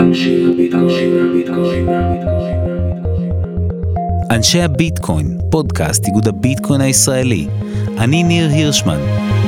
אנשי הביטקוין, פודקאסט איגוד הביטקוין הישראלי. אני ניר הירשמן.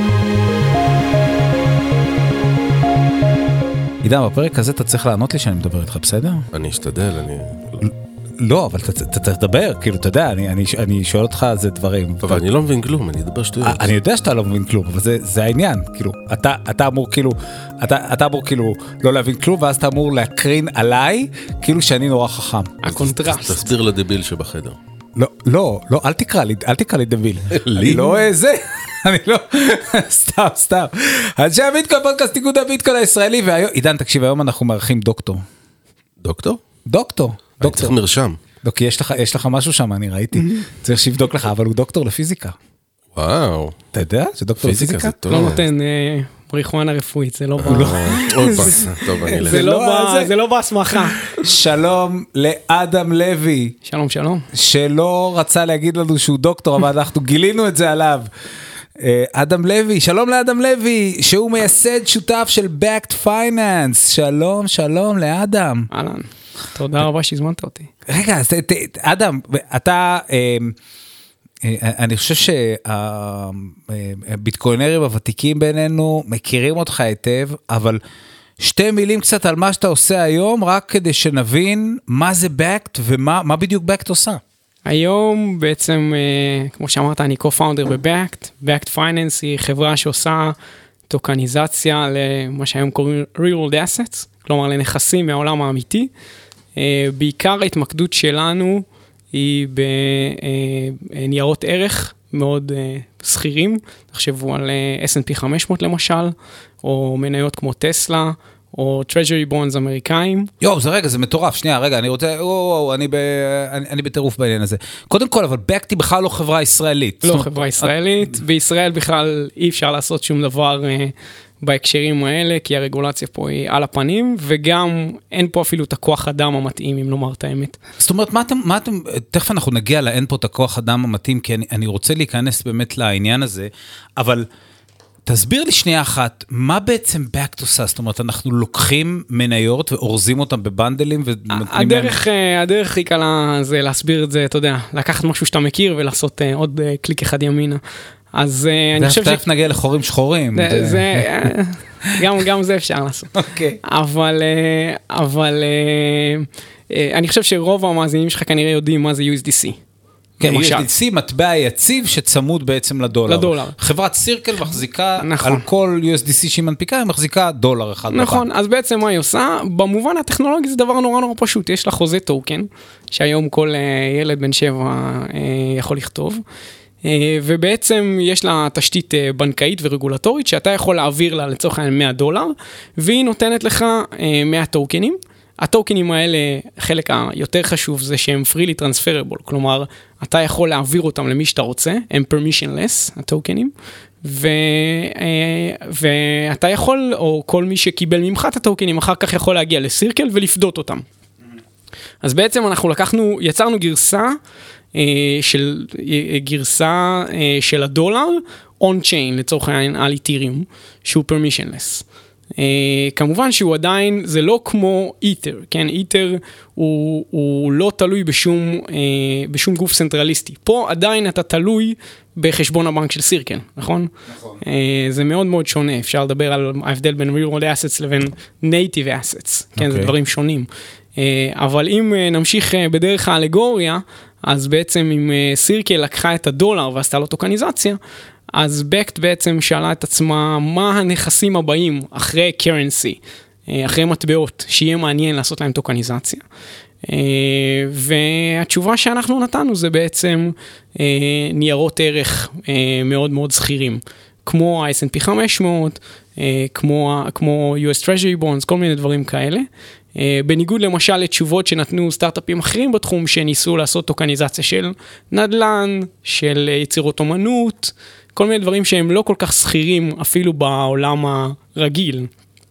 עידן, בפרק הזה אתה צריך לענות לי שאני מדבר איתך, בסדר? אני אשתדל, לא, אבל אתה צריך לדבר, כאילו, אתה יודע, אני שואל אותך על זה דברים. אבל אני לא מבין כלום, אני אדבר שטויות. אני יודע שאתה לא מבין כלום, אבל זה העניין, כאילו, אתה אמור כאילו לא להבין כלום, ואז אתה אמור להקרין עליי, כאילו שאני נורא חכם. הקונטרסט. תסביר לדביל שבחדר. לא, אל תקרא לי דביל. אני לא זה, אני לא, סתם. אנשי הביטקוין, פודקאסט איגוד הביטקוין הישראלי, עידן, תקשיב, היום אנחנו מארחים דוקטור. דוקטור? דוקטור. אני צריך מרשם. כי יש לך משהו שם, אני ראיתי. צריך שיבדוק לך, אבל הוא דוקטור לפיזיקה. וואו. אתה יודע שדוקטור לפיזיקה? לא נותן פריחואנה רפואית, זה לא טוב, אני אלך. זה לא בהסמכה. שלום לאדם לוי. שלום. שלא רצה להגיד לנו שהוא דוקטור, אבל אנחנו גילינו את זה עליו. אדם לוי, שלום לאדם לוי, שהוא מייסד שותף של Bakkt Finance. שלום לאדם. אהלן. תודה רבה שהזמנת אותי. רגע, אדם, אתה, אני חושב שהביטקוינרים הוותיקים בינינו מכירים אותך היטב, אבל שתי מילים קצת על מה שאתה עושה היום, רק כדי שנבין מה זה Bakkt ומה בדיוק Bakkt עושה. היום בעצם, כמו שאמרת, אני co-founder ב-Bakkt. Bakkt Finance היא חברה שעושה טוקניזציה למה שהיום קוראים real world assets, כלומר לנכסים מהעולם האמיתי. בעיקר ההתמקדות שלנו היא בניירות ערך מאוד סחירים, תחשבו על S&P 500 למשל, או מניות כמו טסלה, או Treasury Bonds אמריקאים. זה מטורף, שנייה, רגע, אני רוצה, אני בטירוף בעניין הזה. קודם כל, אבל Bakkt היא בכלל לא חברה ישראלית. לא חברה ישראלית, בישראל בכלל אי אפשר לעשות שום דבר בהקשרים האלה, כי הרגולציה פה היא על הפנים, וגם אין פה אפילו את הכוח אדם המתאים, אם לומר את האמת. זאת אומרת, מה אתם, תכף אנחנו נגיע לאין פה את הכוח אדם המתאים, כי אני רוצה להיכנס באמת לעניין הזה, אבל תסביר לי שנייה אחת, מה בעצם Bakkt עושה? זאת אומרת, אנחנו לוקחים מניות ואורזים אותם בבנדלים הדרך הכי קלה זה להסביר את זה, אתה יודע, לקחת משהו שאתה מכיר ולעשות עוד קליק אחד ימינה. אז אני חושב תכף נגיע לחורים שחורים. גם זה אפשר לעשות. אוקיי. אבל אני חושב שרוב המאזינים שלך כנראה יודעים מה זה USDC. כן, USDC מטבע יציב שצמוד בעצם לדולר. חברת סירקל מחזיקה על כל USDC שהיא מנפיקה, היא מחזיקה דולר אחד. נכון, אז בעצם מה היא עושה? במובן הטכנולוגי זה דבר נורא פשוט, יש לה חוזה טוקן, שהיום כל ילד בן 7 יכול לכתוב, ובעצם יש לה תשתית בנקאית ורגולטורית, שאתה יכול להעביר לה לצורך העניין $100, והיא נותנת לך 100 טוקנים, הטוקנים האלה, חלק היותר חשוב זה שהם freely transferable, כלומר, אתה יכול להעביר אותם למי שאתה רוצה, הם permissionless, הטוקנים, ואתה יכול, או כל מי שקיבל ממך את הטוקנים, אחר כך יכול להגיע לסירקל ולפדות אותם. אז בעצם אנחנו יצרנו גרסה של הדולר, on-chain, לצורך העניין, על איתריום, שהוא permissionless. כמובן שהוא עדיין, זה לא כמו איתר, כן? איתר הוא לא תלוי בשום גוף סנטרליסטי. פה עדיין אתה תלוי בחשבון הבנק של סירקל, נכון? נכון. זה מאוד מאוד שונה, אפשר לדבר על ההבדל בין real world assets לבין native assets, כן? זה דברים שונים. אבל אם נמשיך בדרך האלגוריה, אז בעצם אם סירקל לקחה את הדולר ועשתה לו טוקניזציה, אז Bakkt בעצם שאלה את עצמה מה הנכסים הבאים אחרי currency, אחרי מטבעות, שיהיה מעניין לעשות להם טוקניזציה. והתשובה שאנחנו נתנו זה בעצם ניירות ערך מאוד מאוד סחירים, כמו ה-S&P 500, כמו US Treasury Bonds, כל מיני דברים כאלה. בניגוד למשל לתשובות שנתנו סטארט-אפים אחרים בתחום, שניסו לעשות טוקניזציה של נדל"ן, של יצירות אומנות, כל מיני דברים שהם לא כל כך סחירים אפילו בעולם הרגיל.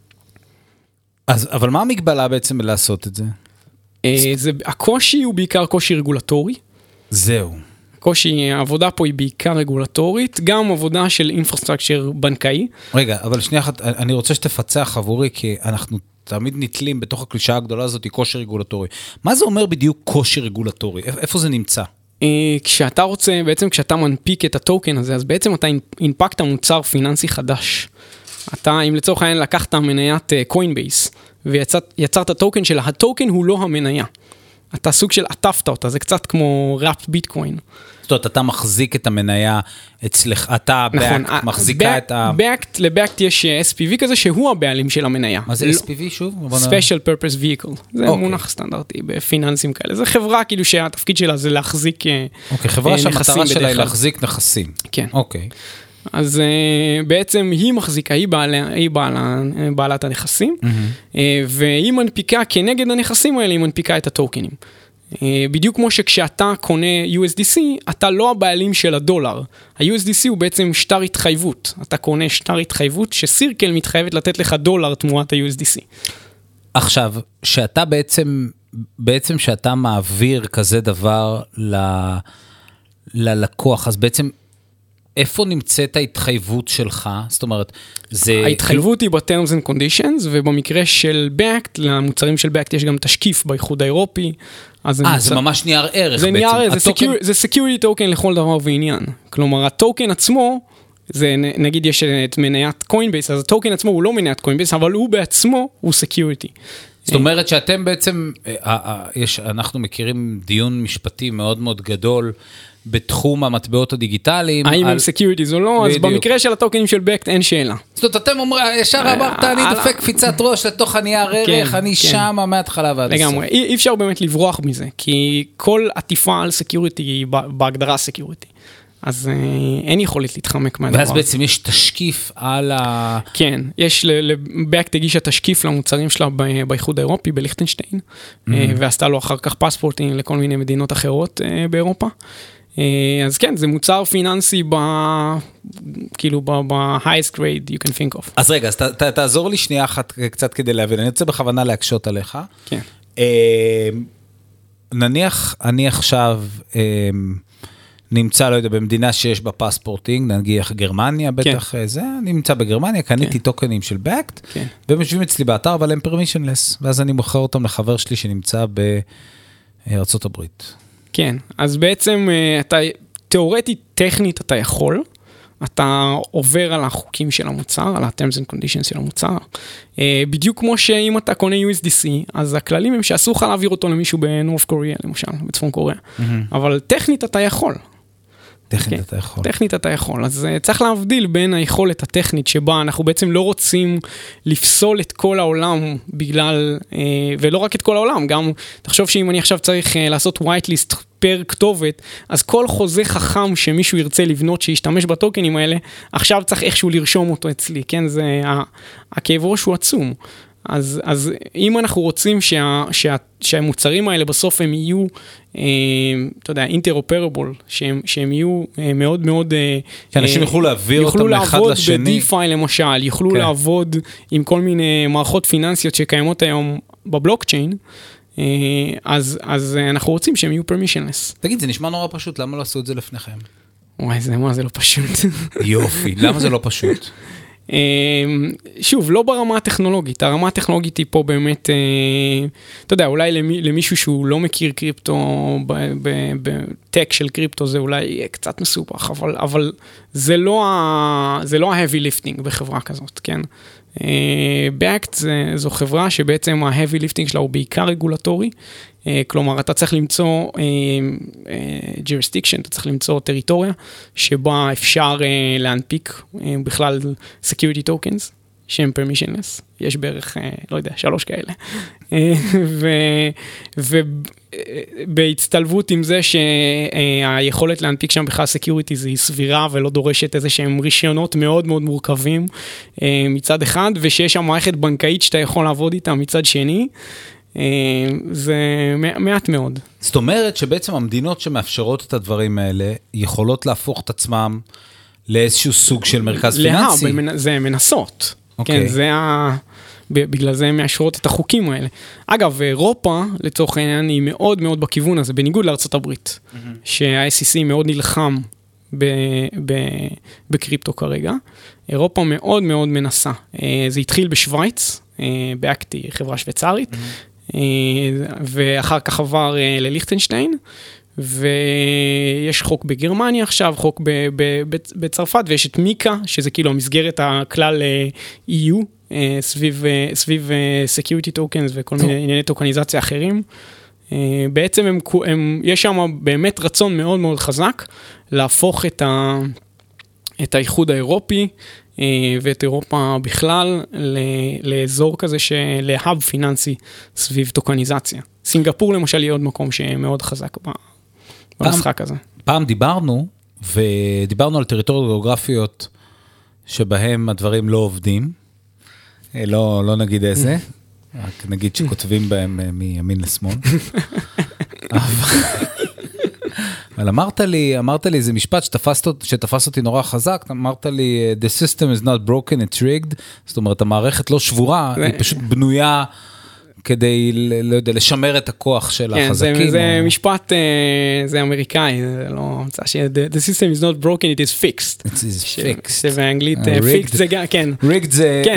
אבל מה המגבלה בעצם לעשות את זה? הקושי הוא בעיקר קושי רגולטורי. זהו. הקושי, העבודה פה היא בעיקר רגולטורית, גם עבודה של אינפרסטרקצ'ר בנקאי. רגע, אבל שנייה אחת, אני רוצה שתפצח עבורי, כי אנחנו תמיד נתלים בתוך הקלישה הגדולה הזאת, קושי רגולטורי. מה זה אומר בדיוק קושי רגולטורי? איפה זה נמצא? כשאתה רוצה, בעצם כשאתה מנפיק את הטוקן הזה, אז בעצם אתה הנפקת מוצר פיננסי חדש. אתה, אם לצורך העניין לקחת מניית קוינבייס, ויצרת טוקן שלה, הטוקן הוא לא המניה. אתה סוג של עטפת אותה, זה קצת כמו ראפט ביטקוין. זאת אומרת, אתה מחזיק את המניה אצלך, אתה נכון, מחזיקה את ה... לבאקט יש SPV כזה שהוא הבעלים של המניה. מה זה SPV שוב? Special Purpose Vehicle. זה מונח סטנדרטי בפיננסים כאלה. זה חברה כאילו שהתפקיד שלה זה להחזיק נכסים בדרך כלל. חברה שהמטרה שלה היא להחזיק נכסים. כן. אוקיי. אז בעצם היא מחזיקה, היא בעלת הנכסים, והיא מנפיקה כנגד הנכסים האלה, היא מנפיקה את הטוקנים. בדיוק כמו שכשאתה קונה USDC, אתה לא הבעלים של הדולר. ה-USDC הוא בעצם שטר התחייבות. אתה קונה שטר התחייבות שסירקל מתחייבת לתת לך דולר תמורת ה-USDC. עכשיו, שאתה בעצם שאתה מעביר כזה דבר ללקוח, אז בעצם איפה נמצאת ההתחייבות שלך? זאת אומרת, זה... ההתחייבות היא ב-Terms and Conditions, ובמקרה של Bakkt, למוצרים של Bakkt יש גם תשקיף באיחוד האירופי. זה ממש נייר ערך זה בעצם. נייר ערך, זה security token לכל דבר ועניין. כלומר, הטוקן עצמו, זה נגיד יש את מניית קוינבייס, אז הטוקן עצמו הוא לא מניית קוינבייס, אבל הוא בעצמו הוא security. זאת אומרת שאתם בעצם, אנחנו מכירים דיון משפטי מאוד מאוד גדול, בתחום המטבעות הדיגיטליים. האם הם סקיוריטיז או לא, אז במקרה של הטוקנים של Bakkt אין שאלה. זאת אומרת, אתם אומרים, ישר אמרת, אני דופק קפיצת ראש לתוך הנייר ערך, אני שם מההתחלה ועד הסוף. לגמרי, אי אפשר באמת לברוח מזה, כי כל עטיפה על סקיוריטי היא בהגדרה סקיוריטי. אז אין יכולת להתחמק מהדבר. ואז בעצם יש תשקיף על ה... כן, יש, Bakkt הגישה תשקיף למוצרים שלה באיחוד האירופי, בליכטנשטיין, ועשתה לו אחר כך פספורטים לכל מיני מדינות אחרות באירופה. אז כן, זה מוצר פיננסי כאילו ב-highest grade you can think of. אז רגע, אז תעזור לי שנייה אחת קצת כדי להבין, אני רוצה בכוונה להקשות עליך. כן. נניח, אני עכשיו נמצא, לא יודע, במדינה שיש בה פספורטינג, נניח גרמניה, בטח זה, אני נמצא בגרמניה, קניתי טוקנים של Bakkt, והם יושבים אצלי באתר, אבל הם permissionless, ואז אני מוכר אותם לחבר שלי שנמצא בארצות הברית. כן, אז בעצם אתה, תיאורטית, טכנית אתה יכול, אתה עובר על החוקים של המוצר, על ה-terms and conditions של המוצר, בדיוק כמו שאם אתה קונה USDC, אז הכללים הם שאסור לך להעביר אותו למישהו בנורף קוריאה, למשל, בצפון קוריאה, אבל טכנית אתה יכול. טכנית אתה יכול. טכנית אתה יכול, אז צריך להבדיל בין היכולת הטכנית שבה אנחנו בעצם לא רוצים לפסול את כל העולם בגלל, ולא רק את כל העולם, גם תחשוב שאם אני עכשיו צריך לעשות whitelist פר כתובת, אז כל חוזה חכם שמישהו ירצה לבנות שישתמש בטוקנים האלה, עכשיו צריך איכשהו לרשום אותו אצלי, כן? זה הכאב ראש הוא עצום. אז אם אנחנו רוצים שהמוצרים האלה בסוף הם יהיו, אתה יודע, interoperable, שהם יהיו מאוד מאוד... שאנשים יוכלו להעביר אותם מאחד לשני. יוכלו לעבוד ב-DeFi למשל, יוכלו לעבוד עם כל מיני מערכות פיננסיות שקיימות היום בבלוקצ'יין, אז אנחנו רוצים שהם יהיו permissionless. תגיד, זה נשמע נורא פשוט, למה לא עשו את זה לפניכם? וואי, זה לא פשוט. יופי, למה זה לא פשוט? שוב, לא ברמה הטכנולוגית, הרמה הטכנולוגית היא פה באמת, אתה יודע, אולי למישהו שהוא לא מכיר קריפטו, בטק של קריפטו זה אולי יהיה קצת מסובך, אבל זה לא ה-heavy lifting בחברה כזאת, כן? Bakkt זו חברה שבעצם ה-heavy lifting שלה הוא בעיקר רגולטורי, כלומר אתה צריך למצוא jurisdiction, אתה צריך למצוא טריטוריה שבה אפשר להנפיק בכלל security tokens שהם permissionless, יש בערך, לא יודע, 3 כאלה, ובהצטלבות עם זה שהיכולת להנפיק שם בכלל security היא סבירה ולא דורשת איזה שהם רישיונות מאוד מאוד מורכבים מצד אחד, ושיש שם מערכת בנקאית שאתה יכול לעבוד איתה מצד שני, זה מעט מאוד. זאת אומרת שבעצם המדינות שמאפשרות את הדברים האלה יכולות להפוך את עצמם לאיזשהו סוג של מרכז פיננסי. זה מנסות. כן, זה בגלל זה הם מאשרות את החוקים האלה. אגב, אירופה, לצורך העניין, היא מאוד מאוד בכיוון הזה, בניגוד לארצות הברית, שה-SEC מאוד נלחם בקריפטו כרגע. אירופה מאוד מאוד מנסה. זה התחיל בשוויץ, באקטי, חברה שוויצרית, ואחר כך עבר לליכטנשטיין, ויש חוק בגרמניה עכשיו, חוק בצרפת, ויש את מיקה, שזה כאילו המסגרת הכלל EU, סביב security tokens וכל מיני ענייני טוקניזציה אחרים. בעצם יש שם באמת רצון מאוד מאוד חזק להפוך את האיחוד האירופי ואת אירופה בכלל לאזור כזה להאב פיננסי סביב טוקניזציה. סינגפור למשל היא עוד מקום שמאוד חזק במשחק הזה. פעם דיברנו על טריטוריות גיאוגרפיות שבהם הדברים לא עובדים, לא נגיד איזה, רק נגיד שכותבים בהם מימין לשמאל. אבל אמרת לי איזה משפט שתפס אותי נורא חזק, אמרת לי, the system is not broken, it's rigged, זאת אומרת, המערכת לא שבורה, היא פשוט בנויה כדי, לא יודע, לשמר את הכוח של החזקים. זה משפט, זה אמריקאי, זה לא המצאה the system is not broken, it is fixed. It is fixed. זה באנגלית, fixed זה גם, כן. rigged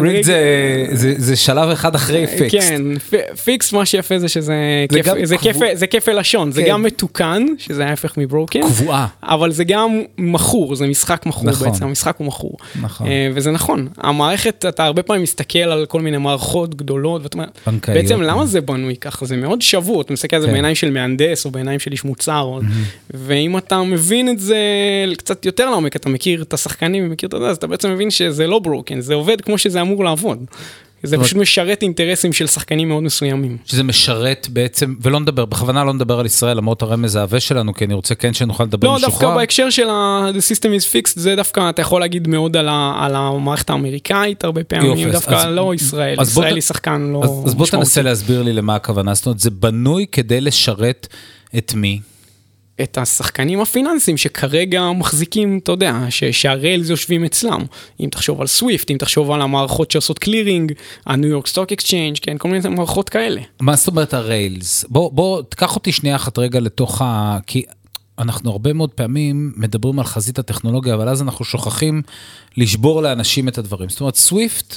זה שלב אחד אחרי fixed. כן, fixed מה שיפה זה שזה כיף לשון, זה גם מתוקן, שזה ההפך מברוקן. קבועה. אבל זה גם מכור, זה משחק מכור בעצם, המשחק הוא מכור. נכון. וזה נכון, המערכת, אתה הרבה פעמים מסתכל על כל מיני מערכות גדולות, ואתה אומר, בעצם למה זה בנוי ככה? זה מאוד שבור, אתה מסתכל על זה בעיניים של מהנדס, או בעיניים של איש מוצר, ואם אתה מבין את זה קצת יותר לעומק, אתה מכיר את השחקנים, ומכיר את זה, אז אתה בעצם מבין שזה לא ברוקן, זה עובד כמו שזה אמור לעבוד. זה פשוט משרת אינטרסים של שחקנים מאוד מסוימים. שזה משרת בעצם, ולא נדבר, בכוונה לא נדבר על ישראל, למרות הרמז העווה שלנו, כי אני רוצה כן שנוכל לדבר משוחרר. לא, דווקא בהקשר של the system is fixed, זה דווקא, אתה יכול להגיד מאוד על המערכת האמריקאית, הרבה פעמים, דווקא לא ישראל. ישראל היא שחקן לא משמעותי. אז בוא תנסה להסביר לי למה הכוונה, זאת אומרת, זה בנוי כדי לשרת את מי? את השחקנים הפיננסיים שכרגע מחזיקים, אתה יודע, שהריילס יושבים אצלם. אם תחשוב על סוויפט, אם תחשוב על המערכות שעושות קלירינג, הניו יורק סטוק אקסצ'יינג', כן, כל מיני מערכות כאלה. מה זאת אומרת הריילס? בוא, תקח אותי שנייה אחת רגע לתוך כי אנחנו הרבה מאוד פעמים מדברים על חזית הטכנולוגיה, אבל אז אנחנו שוכחים לשבור לאנשים את הדברים. זאת אומרת, סוויפט,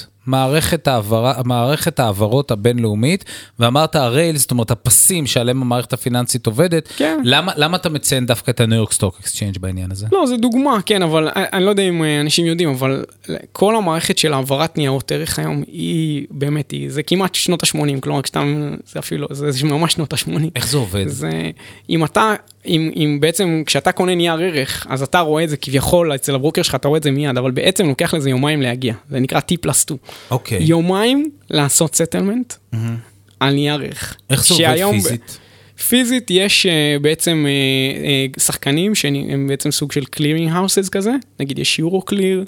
מערכת העברות הבינלאומית, ואמרת הריילס, זאת אומרת, הפסים שעליהם המערכת הפיננסית עובדת, כן. למה אתה מציין דווקא את הניו יורק סטוק אקסצ'יינג' בעניין הזה? לא, זה דוגמה, כן, אבל אני לא יודע אם אנשים יודעים, אבל כל המערכת של העברת ניירות ערך היום, היא באמת, זה כמעט שנות ה-80, כלומר, זה אפילו, זה ממש שנות ה-80. איך זה עובד? אם בעצם, כשאתה קונה נייר ערך, אז אתה רואה את זה כביכול, אצל הברוקר שלך אתה רואה את זה מיד, אבל בעצם לוקח לזה יומיים להגיע. זה נקרא T+2. אוקיי. יומיים לעשות סטלמנט על נייר ערך. איך זה עובד פיזית? פיזית יש בעצם שחקנים שהם בעצם סוג של clearing houses כזה, נגיד יש יורו-קליר,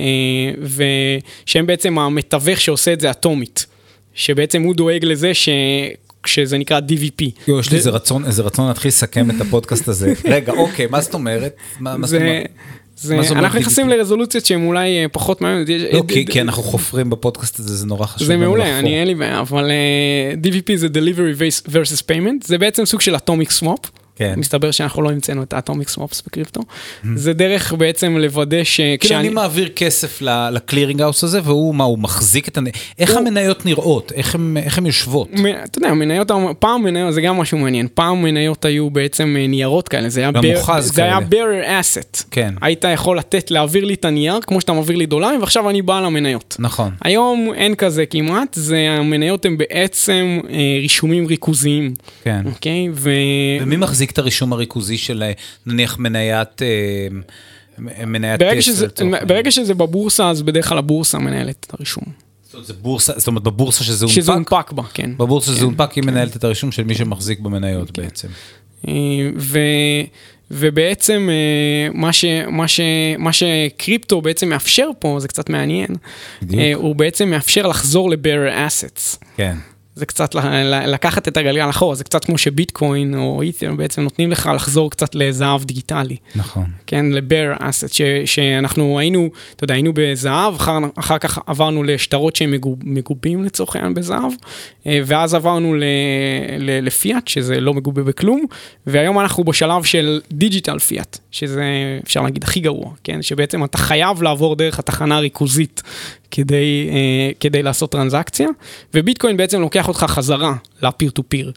ושהם בעצם המתווך שעושה את זה אטומית, שבעצם הוא דואג לזה שזה נקרא DVP. יש לי איזה רצון להתחיל לסכם את הפודקאסט הזה. רגע, אוקיי, מה זאת אומרת? אנחנו נכנסים לרזולוציות שהן אולי פחות מעניינות. לא, כי אנחנו חופרים בפודקאסט הזה, זה נורא חשוב. זה מעולה, אין לי בעיה, אבל DVP זה Delivery versus Payment, זה בעצם סוג של Atomic Swap, מסתבר שאנחנו לא המצאנו את ה-Atomic Swaps בקריפטו, זה דרך בעצם לוודא כאילו אני מעביר כסף לקלירינג האוס הזה, והוא מה, הוא מחזיק את איך המניות נראות? איך הן יושבות? אתה יודע, פעם מניות, זה גם משהו מעניין, פעם מניות היו בעצם ניירות כאלה, זה היה bearer asset. היית יכול להעביר לי את הנייר, כמו שאתה מעביר לי דולרים, ועכשיו אני בא למניות. נכון. היום אין כזה כמעט, המניות הן בעצם רישומים ריכוזיים. כן. אוקיי? ומי מחזיק את הרישום הריכוזי של נניח מניית ברגע שזה בבורסה, אז בדרך כלל הבורסה מנהלת את הרישום. זאת אומרת, בבורסה שזה הונפק? שזה הונפק בה, כן. בבורסה שזה הונפק, היא מנהלת את הרישום של מי שמחזיק במניות בעצם. ובעצם מה שקריפטו בעצם מאפשר פה, זה קצת מעניין, הוא בעצם מאפשר לחזור ל-bearer assets. כן. זה קצת לקחת את הגלגל אחורה, זה קצת כמו שביטקוין או אית'ר בעצם נותנים לך לחזור קצת לזהב דיגיטלי. נכון. כן, לבר אסט, שאנחנו היינו, אתה יודע, היינו בזהב, אחר כך עברנו לשטרות שהם מגובים לצורך העניין בזהב, ואז עברנו לפיאט, שזה לא מגובה בכלום, והיום אנחנו בשלב של דיג'יטל פיאט, שזה אפשר להגיד הכי גרוע, כן, שבעצם אתה חייב לעבור דרך התחנה הריכוזית, כדי לעשות טרנזקציה, וביטקוין בעצם לוקח אותך חזרה לפיר טו פיר.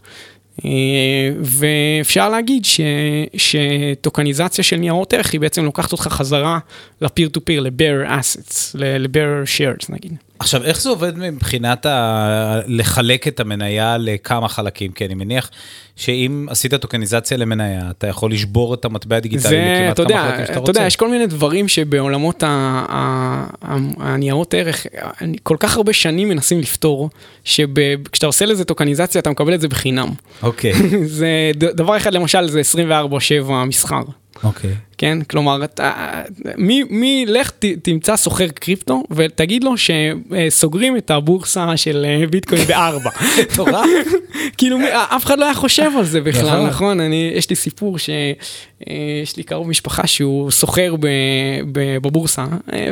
ואפשר להגיד שטוקניזציה של ניירות ערך היא בעצם לוקחת אותך חזרה לפיר טו פיר, לבר אסטס, לבר שיירס נגיד. עכשיו, איך זה עובד מבחינת לחלק את המניה לכמה חלקים? כי אני מניח שאם עשית טוקניזציה למניה, אתה יכול לשבור את המטבע הדיגיטלי לכמעט כמה חלקים שאתה רוצה. אתה יודע, יש כל מיני דברים שבעולמות הניירות ערך, כל כך הרבה שנים מנסים לפתור, שכשאתה עושה לזה טוקניזציה, אתה מקבל את זה בחינם. אוקיי. זה דבר אחד, למשל, זה 24/7 מסחר. אוקיי. כן, כלומר, לך תמצא סוחר קריפטו, ותגיד לו שסוגרים את הבורסה של ביטקוין ב4. תורה. כאילו, אף אחד לא היה חושב על זה בכלל, נכון? יש לי סיפור שיש לי קרוב משפחה שהוא סוחר בבורסה,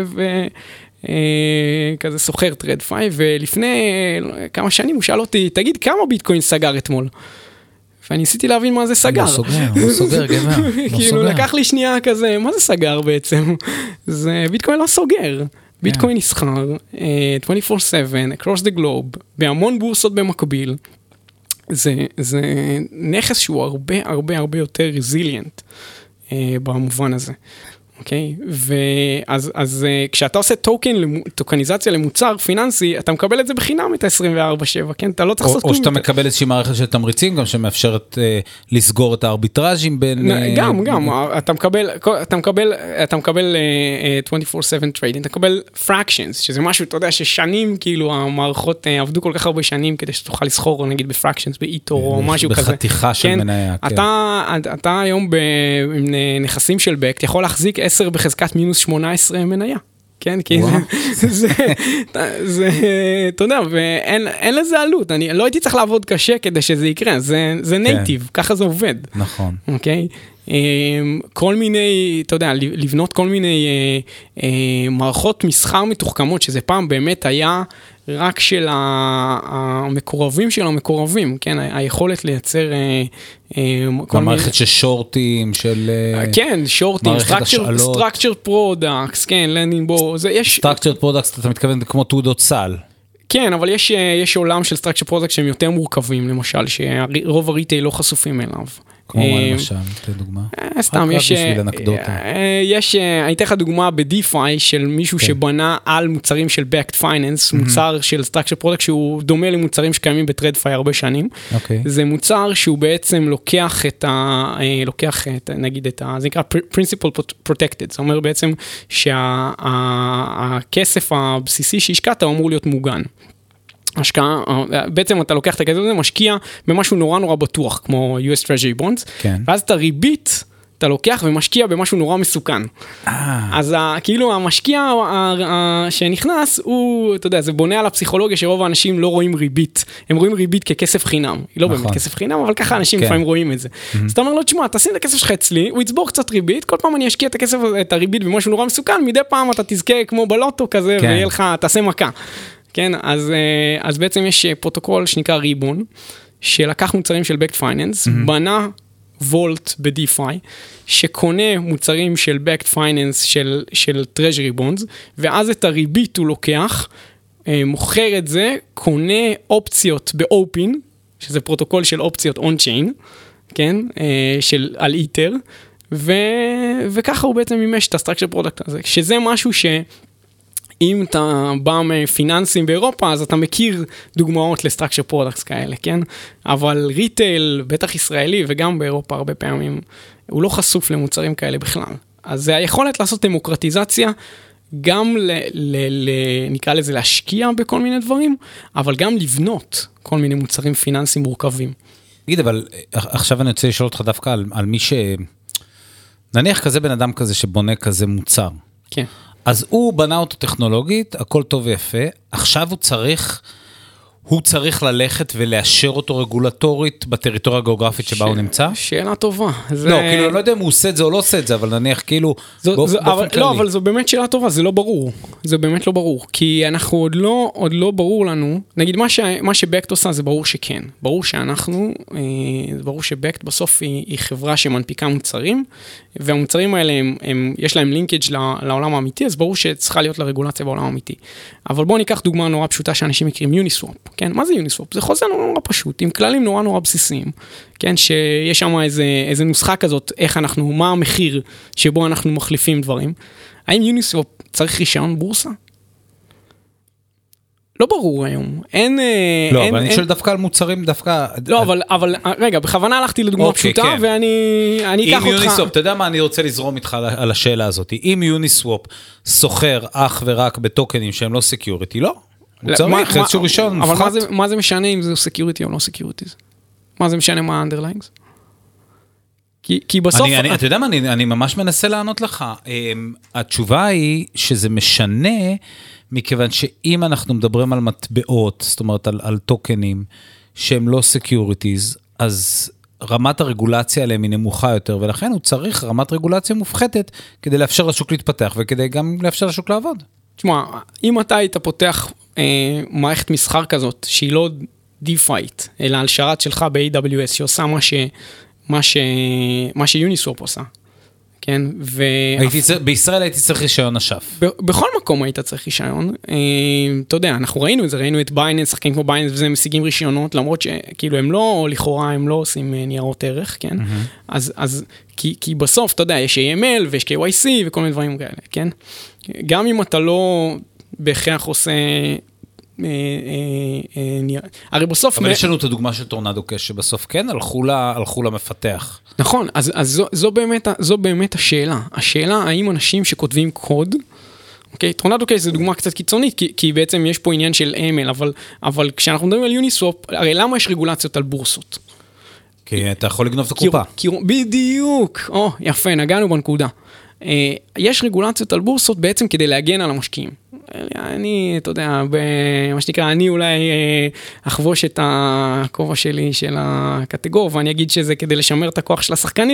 כזה סוחר טרד פיי, ולפני כמה שנים הוא שאל אותי, תגיד, כמה ביטקוין סגר אתמול? ואני ניסיתי להבין מה זה סגר. לא סוגר, גבר. כאילו, לקח לי שנייה כזה, מה זה סגר בעצם? זה ביטקוין לא סוגר. ביטקוין נסחר, 24/7, across the globe, בהמון בורסות במקביל. זה נכס שהוא הרבה הרבה הרבה יותר resilient במובן הזה. אוקיי? ואז כשאתה עושה טוקניזציה למוצר פיננסי, אתה מקבל את זה בחינם, את ה-24/7, כן? אתה לא צריך לעשות כלום. או שאתה מקבל איזושהי מערכת של תמריצים, גם שמאפשרת לסגור את הארביטראז'ים בין... גם, אתה מקבל 24/7 trading, אתה מקבל fractions, שזה משהו, אתה יודע, ששנים, כאילו, המערכות עבדו כל כך הרבה שנים, כדי שתוכל לסחור, נגיד, ב-fractions, באיטור, או משהו כזה. בחתיכה של מניה, כן. אתה היום עם נכסים של בקט, יכול להחזיק 10 בחזקת מינוס 18 מניה. כן, כי זה, אתה יודע, ואין לזה עלות. אני לא הייתי צריך לעבוד קשה כדי שזה יקרה. זה נייטיב, ככה זה עובד. נכון. אוקיי? כל מיני, אתה יודע, לבנות כל מיני מערכות מסחר מתוחכמות, שזה פעם באמת היה רק של המקורבים של המקורבים, כן? היכולת לייצר המערכת של שורטים, של... כן, שורטים, structured products, כן, לנדינג בו, structured products, אתה מתכוון כמו תעודות סל. כן, אבל יש עולם של structured products שהם יותר מורכבים, למשל, שרוב הריטייל לא חשופים אליו. כמו מה למשל, תן דוגמה. סתם, יש, אני אתן לך דוגמה ב-DeFi של מישהו שבנה על מוצרים של Backed Finance, מוצר של Structured Product שהוא דומה למוצרים שקיימים ב-TradFi הרבה שנים. זה מוצר שהוא בעצם לוקח את, נגיד זה נקרא Principal Protected, זה אומר בעצם שהכסף הבסיסי שהשקעת הוא אמור להיות מוגן. השקעה, בעצם אתה לוקח את הכסף הזה, משקיע במשהו נורא נורא בטוח, כמו US Treasury Bonds, ואז את הריבית, אתה לוקח ומשקיע במשהו נורא מסוכן. אז כאילו המשקיע שנכנס, הוא, אתה יודע, זה בונה על הפסיכולוגיה שרוב האנשים לא רואים ריבית, הם רואים ריבית ככסף חינם, היא לא באמת כסף חינם, אבל ככה אנשים לפעמים רואים את זה. אז אתה אומר לו, תשמע, תשים את הכסף שלך אצלי, הוא יצבור קצת ריבית, כל פעם אני אשקיע את הריבית במשהו נורא מסוכן, מדי פעם אתה תזכה כמו בלוטו כזה, ויהיה לך, תעשה מכה. כן, אז בעצם יש פרוטוקול שנקרא ריבון, שלקח מוצרים של Backed Finance, בנה וולט ב-DeFi, שקונה מוצרים של Backed Finance של Treasury Bonds, ואז את הריבית הוא לוקח, מוכר את זה, קונה אופציות ב-Open, שזה פרוטוקול של אופציות on-chain, כן, על איתר, וככה הוא בעצם מימש את ה-Structure Product הזה, שזה משהו אם אתה בא מפיננסים באירופה, אז אתה מכיר דוגמאות לסטרקצ'ר פרודקטס כאלה, כן? אבל ריטייל, בטח ישראלי, וגם באירופה הרבה פעמים, הוא לא חשוף למוצרים כאלה בכלל. אז זה היכולת לעשות דמוקרטיזציה, גם נקרא לזה להשקיע בכל מיני דברים, אבל גם לבנות כל מיני מוצרים פיננסיים מורכבים. תגיד, אבל עכשיו אני רוצה לשאול אותך דווקא על מי נניח כזה בן אדם כזה שבונה כזה מוצר. כן. אז הוא בנה אותו טכנולוגית, הכל טוב ויפה, עכשיו הוא צריך, הוא צריך ללכת ולאשר אותו רגולטורית בטריטוריה הגיאוגרפית שבה הוא נמצא? שאלה טובה. לא, כאילו, אני לא יודע אם הוא עושה את זה או לא עושה את זה, אבל נניח כאילו, באופן כללי. לא, אבל זו באמת שאלה טובה, זה לא ברור. זה באמת לא ברור. כי אנחנו עוד לא ברור לנו, נגיד מה שבקט עושה, זה ברור שכן. ברור שאנחנו, ברור שבקט בסוף היא חברה שמנפיקה מוצרים, והמוצרים האלה, יש להם לינקג' לעולם האמיתי, אז ברור שצריכה להיות לרגולציה בעולם האמיתי. אבל בואו ניקח דוגמה נורא פשוטה שאנשים מכירים, יוניסוואפ, כן? מה זה יוניסוואפ? זה חוזה נורא פשוט, עם כללים נורא בסיסיים, כן? שיש שם איזה נוסחה כזאת, איך אנחנו, מה המחיר שבו אנחנו מחליפים דברים. האם יוניסוואפ צריך רישיון בורסה? לא ברור היום. לא, אבל אני שואל דווקא על מוצרים, דווקא... לא, אבל רגע, בכוונה הלכתי לדוגמה פשוטה, ואני אקח אותך... אם יוניסוואפ, אתה יודע מה אני רוצה לזרום איתך על השאלה הזאת? אם יוניסוואפ סוחר אך ורק בטוקנים שהם לא סקיוריטי, לא. הוא צריך איזשהו רישיון מופחת. אבל מה זה משנה אם זה סקיוריטי או לא סקיוריטי? מה זה משנה מה האנדרליינגס? כי בסוף... אתה יודע מה, אני ממש מנסה לענות לך. התשובה היא שזה משנה, מכיוון שאם אנחנו מדברים על מטבעות, זאת אומרת על טוקנים, שהם לא סקיוריטיז, אז רמת הרגולציה עליהם היא נמוכה יותר, ולכן הוא צריך רמת רגולציה מופחתת, כדי לאפשר לשוק להתפתח, וכדי גם לאפשר לשוק לעבוד. תשמע, אם אתה היית פותח מערכת מסחר כזאת, שהיא לא דיפייט, אלא על שרת שלך ב-AWS, שעושה מה שיוניסוואפ עושה, כן? בישראל הייתי צריך רישיון אשף. בכל מקום היית צריך רישיון. אתה יודע, אנחנו ראינו את זה, ראינו את בייננס, שחקנים כמו בייננס, וזה משיגים רישיונות, למרות שכאילו הם לא, לכאורה, הם לא עושים ניירות ערך, כן? אז, כי בסוף, אתה יודע, יש AML ויש KYC וכל מיני דברים כאלה, כן? גם אם אתה לא בהכרח עושה... הרי בסוף... אבל יש לנו את הדוגמה של טורנדו קש, שבסוף כן הלכו למפתח. נכון, אז זו באמת השאלה. השאלה, האם אנשים שכותבים קוד, אוקיי, טורנדו קש זה דוגמה קצת קיצונית, כי בעצם יש פה עניין של AML, אבל כשאנחנו מדברים על יוניסוואפ, הרי למה יש רגולציות על בורסות? כי אתה יכול לגנוב את הקופה. בדיוק, יפה, נגענו בנקודה. יש רגולציות על בורסות בעצם כדי להגן על המשקיעים. אני, אתה יודע, מה שנקרא, אני אולי אחבוש את הכובע שלי של הקטגור, ואני אגיד שזה כדי לשמר את הכוח של השחקנים,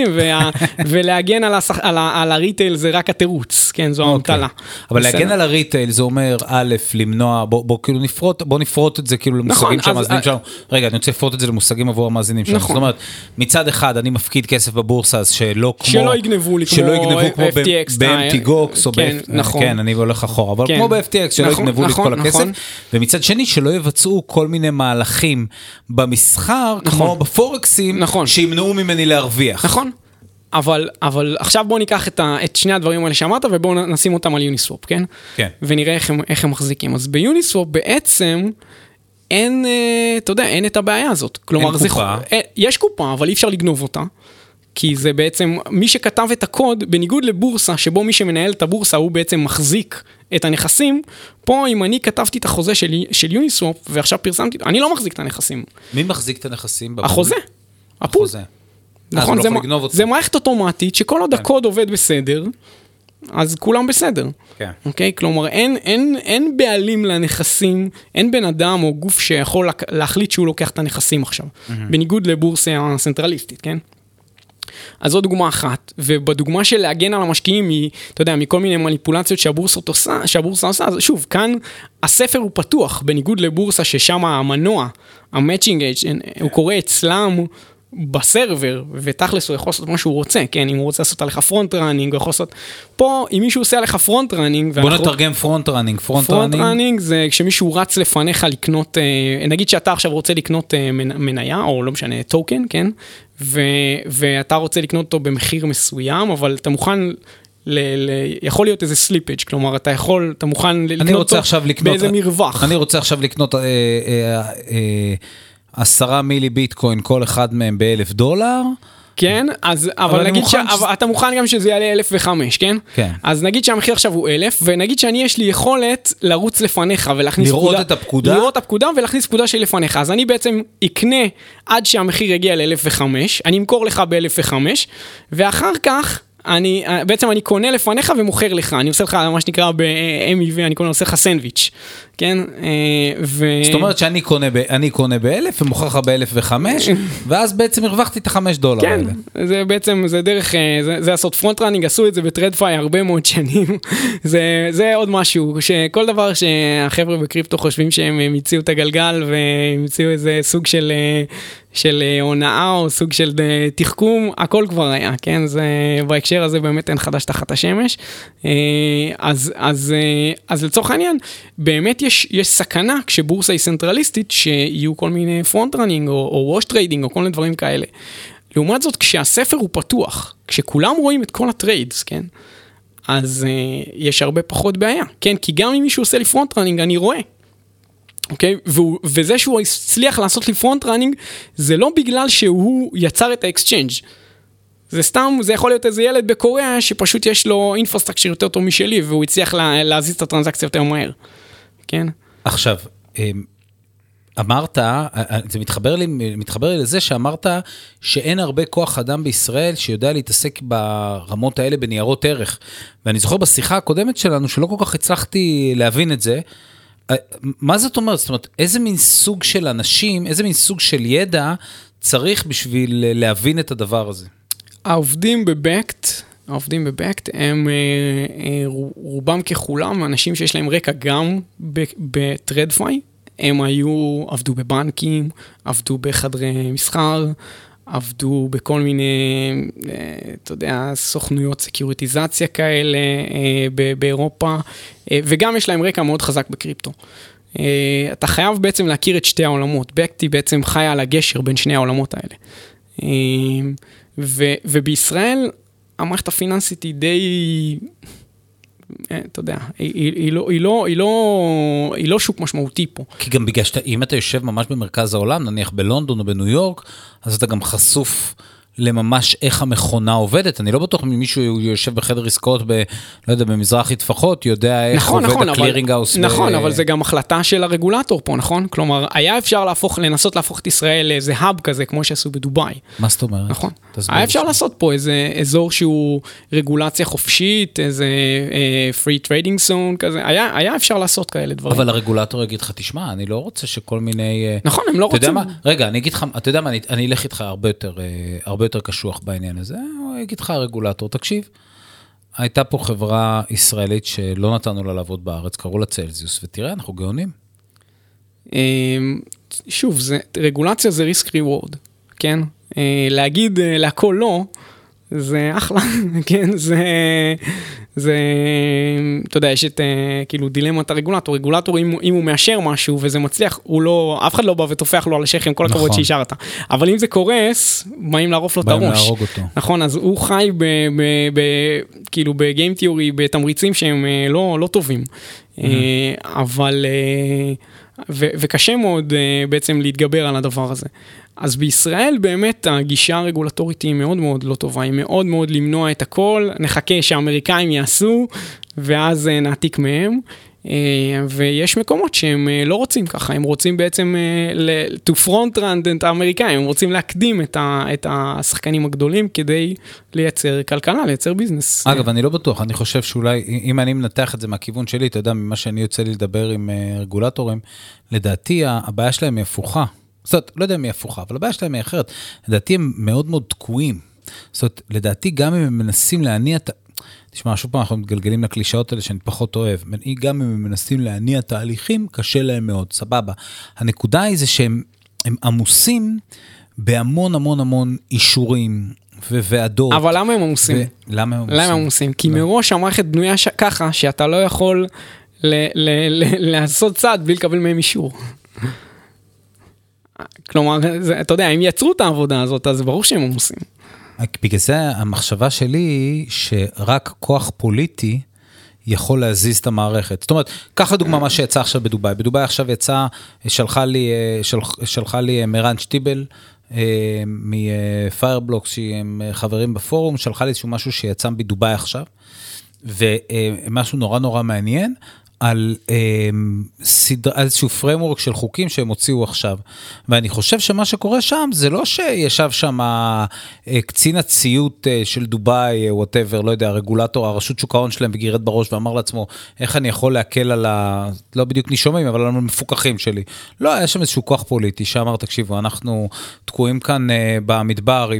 ולהגן על הריטייל זה רק התירוץ, כן, זו המטלה. אבל להגן על הריטייל זה אומר, א', למנוע, בוא נפרוט את זה כאילו למושגים שהמאזינים שלנו, רגע, אני רוצה לפרוט את זה למושגים עבור המאזינים שלנו, זאת אומרת, מצד אחד אני מפקיד כסף בבורסה, אז שלא יגנבו לי כמו FTX, ב-MTGOX, כן, אני הולך אחורה, אבל כמו ב-FTX, שלא יגנבו לי את כל הכסף, ומצד שני, שלא יבצעו כל מיני מהלכים במסחר, כמו בפורקסים, שימנעו ממני להרוויח. נכון, אבל עכשיו בואו ניקח את שני הדברים האלה שאמרת, ובואו נשים אותם על יוניסוואפ, כן? כן. ונראה איך הם מחזיקים. אז ביוניסוואפ בעצם, אין, אתה יודע, אין את הבעיה הזאת. כלומר, אין קופה. יש קופה, אבל אי אפשר לגנוב אותה. כי זה בעצם, מי שכתב את הקוד, בניגוד לבורסה, שבו מי שמנהל את הבורסה, הוא בעצם מחזיק את הנכסים, פה אם אני כתבתי את החוזה של יוניסוואפ, ועכשיו פרסמתי, אני לא מחזיק את הנכסים. מי מחזיק את הנכסים? החוזה. הפול. נכון, זה מערכת אוטומטית, שכל עוד הקוד עובד בסדר, אז כולם בסדר. כן. אוקיי? כלומר, אין בעלים לנכסים, אין בן אדם או גוף שיכול להחליט שהוא לוקח את הנכסים עכשיו, בניגוד לבורסה הסנטרליסטית, כן? אז זו דוגמה אחת, ובדוגמה של להגן על המשקיעים, אתה יודע, מכל מיני מניפולציות שהבורסה עושה, אז שוב, כאן הספר הוא פתוח, בניגוד לבורסה ששם המנוע, המאצ'ינג, הוא קורא אצלם בסרבר, ותכלס הוא יכול לעשות מה שהוא רוצה, כן, אם הוא רוצה לעשות עליך פרונט ראנינג, הוא יכול לעשות, פה, אם מישהו עושה עליך פרונט ראנינג, בוא נתרגם פרונט ראנינג. פרונט ראנינג זה כשמישהו רץ לפניך לקנות, נגיד שאתה עכשיו רוצה לקנות מניה, או לא משנה, טוקן, כן, ואתה רוצה לקנות אותו במחיר מסוים, אבל אתה מוכן, יכול להיות איזה סליפג', כלומר, אתה מוכן לקנות אותו באיזה מרווח. אני רוצה עכשיו לקנות 10 מילי ביטקוין, כל אחד מהם $1,000. כן, אבל נגיד שאתה מוכן גם שזה יעלה 1,005, כן? כן. אז נגיד שהמחיר עכשיו הוא 1,000, ונגיד שאני יש לי יכולת לרוץ לפניך ולהכניס פקודה. לראות את הפקודה? לראות את הפקודה ולהכניס פקודה שלי לפניך. אז אני בעצם אקנה עד שהמחיר יגיע ל-1,005, אני אמכור לך ב-1,005, ואחר כך בעצם אני קונה לפניך ומוכר לך, אני עושה לך מה שנקרא ב-MEV, אני עושה לך סנדוויץ', כן? זאת אומרת שאני קונה ב-1,000 ומוכר לך ב-1,005, ואז בעצם הרווחתי את $5 האלה. כן, זה בעצם, זה דרך, זה לעשות פרונט ראנינג, עשו את זה בטרדפיי הרבה מאוד שנים, זה עוד משהו, שכל דבר שהחבר'ה בקריפטו חושבים שהם המציאו את הגלגל, והמציאו איזה סוג של הונאה או סוג של תחכום, הכל כבר היה, כן? זה, בהקשר הזה באמת אין חדש תחת השמש. אז לצורך העניין, באמת יש סכנה כשבורסה היא סנטרליסטית, שיהיו כל מיני פרונט ראנינג או ווש טריידינג או כל מיני דברים כאלה. לעומת זאת, כשהספר הוא פתוח, כשכולם רואים את כל הטריידס, כן? אז יש הרבה פחות בעיה, כן? כי גם אם מישהו עושה לי פרונט ראנינג, אני רואה. אוקיי? וזה שהוא הצליח לעשות לי פרונט ראנינג, זה לא בגלל שהוא יצר את האקסצ'יינג'. זה סתם, זה יכול להיות איזה ילד בקוריאה, שפשוט יש לו אינפרסטרקצ'ר יותר טוב משלי, והוא הצליח להזיז את הטרנזקציה יותר מהר. כן? עכשיו, אמרת, זה מתחבר לי לזה שאמרת שאין הרבה כוח אדם בישראל שיודע להתעסק ברמות האלה בניירות ערך. ואני זוכר בשיחה הקודמת שלנו שלא כל כך הצלחתי להבין את זה. מה זאת אומרת? זאת אומרת, איזה מין סוג של אנשים, איזה מין סוג של ידע צריך בשביל להבין את הדבר הזה? העובדים בבקט הם רובם ככולם, אנשים שיש להם רקע גם בטרדפיי, הם עבדו בבנקים, עבדו בחדרי מסחר, עבדו בכל מיני, אתה יודע, סוכנויות סקיוריטיזציה כאלה באירופה, וגם יש להם רקע מאוד חזק בקריפטו. אתה חייב בעצם להכיר את שתי העולמות, בקטי בעצם חיה על הגשר בין שני העולמות האלה. ובישראל, המערכת הפיננסית היא די, אתה יודע, היא לא שוק משמעותי פה. כי גם בגלל שאם אתה יושב ממש במרכז העולם, נניח בלונדון או בניו יורק, אז אתה גם חשוף לממש איך המכונה עובדת. אני לא בטוח ממישהו יושב בחדר עסקאות לא יודע, במזרחי טפחות, יודע איך עובד הקלירינג האוס. נכון, אבל זה גם החלטה של הרגולטור פה, נכון? כלומר, היה אפשר לנסות להפוך את ישראל לאיזה האב כזה, כמו שעשו בדוביי. מה זאת אומרת? נכון. היה אפשר לעשות פה איזה אזור שהוא רגולציה חופשית, איזה free trading zone כזה, היה אפשר לעשות כאלה דברים. אבל הרגולטור יגיד לך, תשמע, אני לא רוצה שכל מיני... נכון, הם לא רוצים. רגע, אני אגיד לך, אתה יודע מה, אני אלך איתך הרבה יותר קשוח בעניין הזה, הוא יגיד לך הרגולטור, תקשיב, הייתה פה חברה ישראלית שלא נתנו לה לעבוד בארץ, קראו לה צלזיוס, ותראה, אנחנו גאונים. שוב, רגולציה זה risk reward, כן? להגיד להכל לא, זה אחלה, כן? זה, אתה יודע, יש את, כאילו, דילמת הרגולטור. רגולטור, אם הוא מאשר משהו וזה מצליח, אף אחד לא בא ותופח לו על השכם, כל הכבוד שהשארת. אבל אם זה קורס, באים לערוף לו את הראש. באים להרוג אותו. נכון, אז הוא חי כאילו, בגיים תיאורי, בתמריצים שהם לא טובים. אבל, וקשה מאוד בעצם להתגבר על הדבר הזה. אז בישראל באמת הגישה הרגולטורית היא מאוד מאוד לא טובה, היא מאוד מאוד למנוע את הכל, נחכה שהאמריקאים יעשו, ואז נעתיק מהם, ויש מקומות שהם לא רוצים ככה, הם רוצים בעצם to front run את האמריקאים, הם רוצים להקדים את השחקנים הגדולים, כדי לייצר כלכלה, לייצר ביזנס. אגב, אני לא בטוח, אני חושב שאולי, אם אני מנתח את זה מהכיוון שלי, אתה יודע, ממה שאני יוצא לי לדבר עם רגולטורים, לדעתי הבעיה שלהם היא הפוכה. זאת אומרת, לא יודע אם היא הפוכה, אבל הבעיה שלהם היא אחרת. לדעתי הם מאוד מאוד תקועים. זאת אומרת, לדעתי גם אם הם מנסים להניע, תשמע, שוב פעם אנחנו מתגלגלים לקלישאות האלה שאני פחות אוהב, גם אם הם מנסים להניע תהליכים, קשה להם מאוד, סבבה. הנקודה היא זה שהם עמוסים בהמון המון המון אישורים וועדות. אבל למה הם עמוסים? למה הם עמוסים? כי מראש המערכת בנויה ככה, שאתה לא יכול לעשות צעד בלי לקבל מהם אישור. כלומר, אתה יודע, אם יצרו את העבודה הזאת, אז ברור שהם עמוסים. בגלל זה המחשבה שלי היא שרק כוח פוליטי יכול להזיז את המערכת. זאת אומרת, ככה דוגמה מה שיצא עכשיו בדוביי. בדוביי עכשיו שלחה לי מרן שטיבל מפיירבלוקס, שהם חברים בפורום, שלחה לי איזשהו משהו שיצא בדוביי עכשיו, ומשהו נורא נורא מעניין. על איזשהו framework של חוקים שהם הוציאו עכשיו. ואני חושב שמה שקורה שם, זה לא שישב שם קצין הציות של דוביי, whatever, לא יודע, הרגולטור, הרשות שוק ההון שלהם, וגירד בראש ואמר לעצמו, איך אני יכול להקל על לא בדיוק נישומים, אבל על המפוקחים שלי. לא, היה שם איזשהו כוח פוליטי, שאמר, תקשיבו, אנחנו תקועים כאן במדבר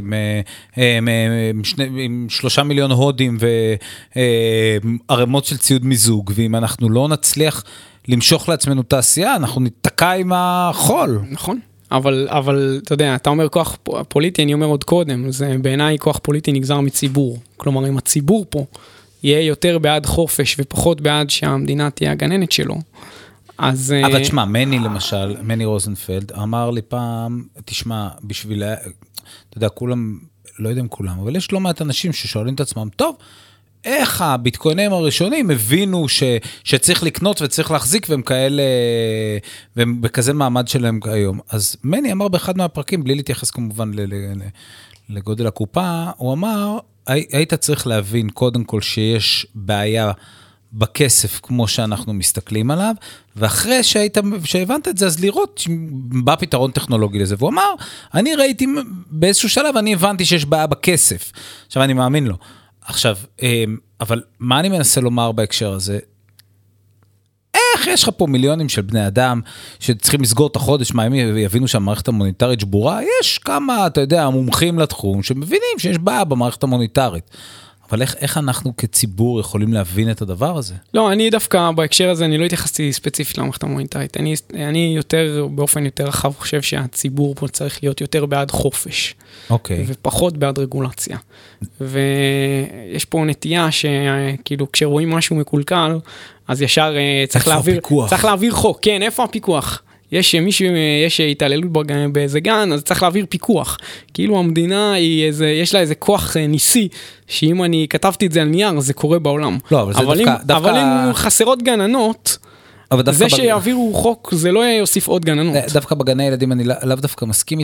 עם 3 מיליון הודים וערמות של ציוד מיזוג, ואם אנחנו לא נצליח למשוך לעצמנו תעשייה, אנחנו ניתקע עם החול. נכון. אבל אתה יודע, אתה אומר כוח פוליטי, אני אומר עוד קודם, זה בעיניי כוח פוליטי נגזר מציבור. כלומר, אם הציבור פה יהיה יותר בעד חופש ופחות בעד שהמדינה תהיה הגננת שלו, אז... אבל תשמע, מני למשל, מני רוזנפלד, אמר לי פעם, תשמע, בשביל... אתה יודע, כולם, לא יודע אם כולם, אבל יש לא מעט אנשים ששואלים את עצמם, טוב, איך הביטקוינאים הראשונים הבינו שצריך לקנות וצריך להחזיק והם כאלה, והם בכזה מעמד שלהם היום. אז מני אמר באחד מהפרקים, בלי להתייחס כמובן לגודל הקופה, הוא אמר, היית צריך להבין קודם כל שיש בעיה בכסף כמו שאנחנו מסתכלים עליו, ואחרי שהבנת את זה, אז לראות בא פתרון טכנולוגי לזה. והוא אמר, אני ראיתי באיזשהו שלב, אני הבנתי שיש בעיה בכסף. עכשיו אני מאמין לו. עכשיו, אבל מה אני מנסה לומר בהקשר הזה? איך יש לך פה מיליונים של בני אדם שצריכים לסגור את החודש מהימים ויבינו שהמערכת המוניטרית שבורה? יש כמה, אתה יודע, מומחים לתחום שמבינים שיש בעיה במערכת המוניטרית. אבל איך אנחנו כציבור יכולים להבין את הדבר הזה? לא, אני דווקא בהקשר הזה, אני לא התייחסתי ספציפית למערכת המוניטרית. אני יותר, באופן יותר רחב, חושב שהציבור פה צריך להיות יותר בעד חופש. אוקיי. ופחות בעד רגולציה. ויש פה נטייה שכאילו כשרואים משהו מקולקל, אז ישר צריך להעביר חוק. כן, איפה הפיקוח? יש התעללות באיזה גן, אז צריך להעביר פיקוח. כאילו המדינה, יש לה איזה כוח ניסי, שאם אני כתבתי את זה על נייר, זה קורה בעולם. לא, אבל זה דווקא... אבל אם חסרות גננות, זה שיעבירו חוק, זה לא יוסיף עוד גננות. דווקא בגני ילדים, אני לאו דווקא מסכים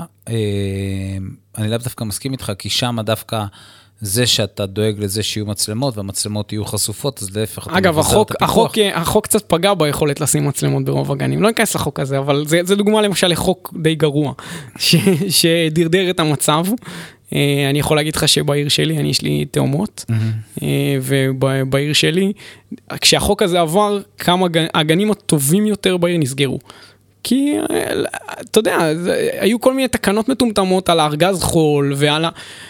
איתך, כי שם דווקא... זה שאתה דואג לזה שיהיו מצלמות, והמצלמות יהיו חסופות, אז להפך. אגב, החוק קצת פגע ביכולת לשים מצלמות ברוב הגנים. לא ניכנס לחוק הזה, אבל זה דוגמה למשל לחוק די גרוע, שדרדר את המצב. אני יכול להגיד לך שבעיר שלי, יש לי תאומות, ובעיר שלי, כשהחוק הזה עבר, כמה הגנים הטובים יותר בעיר נסגרו. כי, אתה יודע, היו כל מיני תקנות מטומטמות על הארגז חול, ועל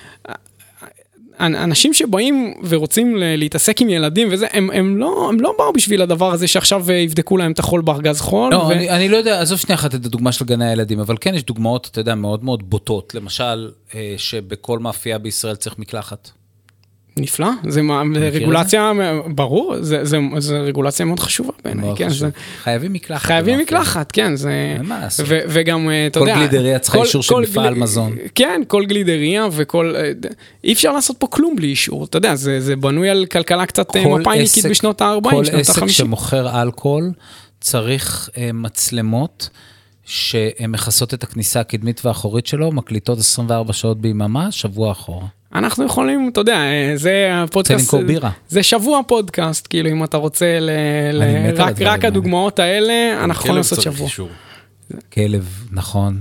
אנשים שבאים ורוצים להתעסק עם ילדים וזה, הם לא באו בשביל הדבר הזה שעכשיו יבדקו להם את החול בארגז חול. לא, אני לא יודע, עזוב שנייה אחת את הדוגמה של גני הילדים, אבל כן יש דוגמאות, אתה יודע, מאוד מאוד בוטות. למשל, שבכל מאפייה בישראל צריך מקלחת. נפלא, זה רגולציה, ברור, זה רגולציה מאוד חשובה בעיניי. חייבים מקלחת. חייבים מקלחת, כן. וגם, אתה יודע... כל גלידריה צריכה אישור של מפעל מזון. כן, כל גלידריה וכל... אי אפשר לעשות פה כלום בלי אישור, אתה יודע, זה בנוי על כלכלה קצת מפאיניקית בשנות ה-40, שנות ה-50. כל עסק שמוכר אלכוהול צריך מצלמות שהן מכסות את הכניסה הקדמית והאחורית שלו, מקליטות 24 שעות ביממה, שבוע אחורה. אנחנו יכולים, אתה יודע, זה הפודקאסט, זה שבוע פודקאסט, כאילו אם אתה רוצה, רק הדוגמאות האלה, אנחנו יכולים לעשות שבוע. כלב, נכון.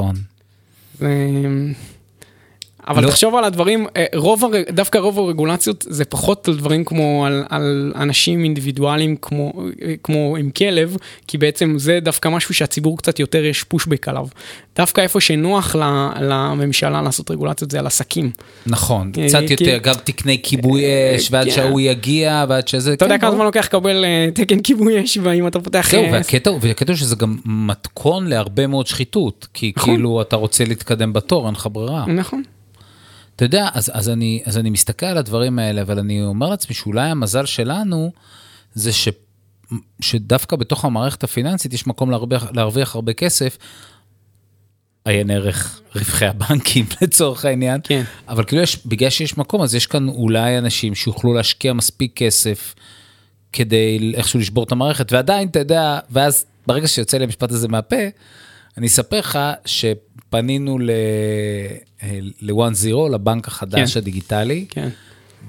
אבל תחשוב על הדברים, דווקא רוב הרגולציות זה פחות על דברים כמו על אנשים אינדיבידואליים כמו עם כלב, כי בעצם זה דווקא משהו שהציבור קצת יותר יש פושבק עליו. דווקא איפה שנוח לממשלה לעשות רגולציות זה על עסקים. נכון, קצת יותר, גם תקני כיבוי אש, ועד שהוא יגיע, ועד שזה... אתה יודע כמה זמן לוקח לקבל תקן כיבוי אש, ואם אתה פותח... זהו, והקטע שזה גם מתכון להרבה מאוד שחיתות, כי כאילו אתה רוצה להתקדם בתור, אין לך ברירה. נכון. אתה יודע, אז אני מסתכל על הדברים האלה, אבל אני אומר לעצמי שאולי המזל שלנו, זה שדווקא בתוך המערכת הפיננסית, יש מקום להרוויח הרבה כסף, עיין ערך רווחי הבנקים לצורך העניין, כן. אבל כאילו בגלל שיש מקום, אז יש כאן אולי אנשים שיוכלו להשקיע מספיק כסף, כדי איכשהו לשבור את המערכת, ועדיין, אתה יודע, ואז ברגע שיוצא לי המשפט הזה מהפה, אני אספר לך שפנינו ל-1-0, לבנק החדש הדיגיטלי,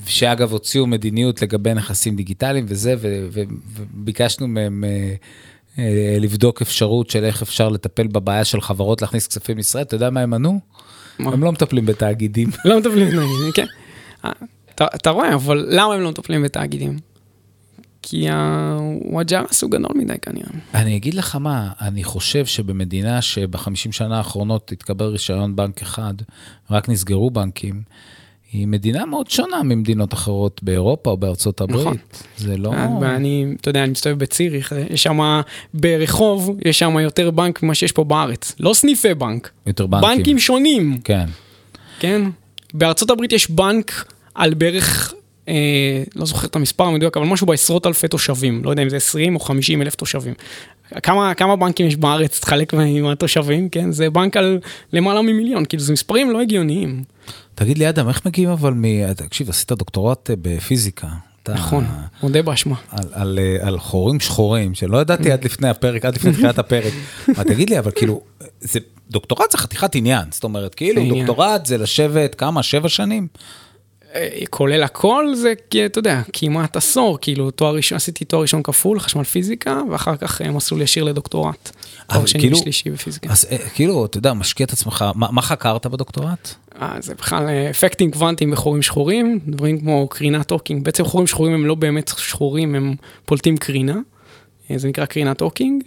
שאגב הוציאו מדיניות לגבי נכסים דיגיטליים וזה, וביקשנו מהם לבדוק אפשרות של איך אפשר לטפל בבעיה של חברות להכניס כספים לישראל, אתה יודע מה הם ענו? הם לא מטפלים בתאגידים. לא מטפלים בתאגידים, כן. אתה רואה, אבל למה הם לא מטפלים בתאגידים? כי הוואג'רס הוא גדול מדי כנראה. אני אגיד לך מה, אני חושב שבמדינה שב-50 שנה האחרונות התקבל רישיון בנק אחד, רק נסגרו בנקים, היא מדינה מאוד שונה ממדינות אחרות באירופה או בארצות הברית. נכון. זה לא... ואני, אתה יודע, אני מסתובב בציריך, יש שם, ברחוב, יש שם יותר בנק ממה שיש פה בארץ. לא סניפי בנק. יותר בנקים. בנקים שונים. כן. כן. בארצות הברית יש בנק על בערך, לא זוכר את המספר המדויק, אבל משהו בעשרות אלפי תושבים. לא יודע אם זה 20 או 50 אלף תושבים. כמה בנקים יש בארץ, תחלק עם התושבים, כן? זה בנק על למעלה ממיליון, כאילו זה מספרים לא הגיוניים. תגיד לי, אדם, איך מגיעים אבל תקשיב, עשית דוקטורט בפיזיקה. נכון, מודה באשמה. על חורים שחורים, שלא ידעתי עד לפני הפרק, עד לפני תחילת הפרק. מה תגיד לי, אבל כאילו, דוקטורט זה חתיכת עניין, זאת אומרת, כאילו, דוקטורט זה לשבת כמה, 7 שנים? כולל הכל זה, אתה יודע, כמעט עשור, כאילו, עשיתי תואר ראשון כפול, חשמל פיזיקה, ואחר כך מסלול ישיר לדוקטורט. תואר שני ושלישי בפיזיקה. אז כאילו, אתה יודע, משקיע את עצמך, מה חקרת בדוקטורט? זה בכלל אפקטים קוונטיים בחורים שחורים, דברים כמו קרינת הוקינג. בעצם חורים שחורים הם לא באמת שחורים, הם פולטים קרינה. זה נקרא קרינת הוקינג.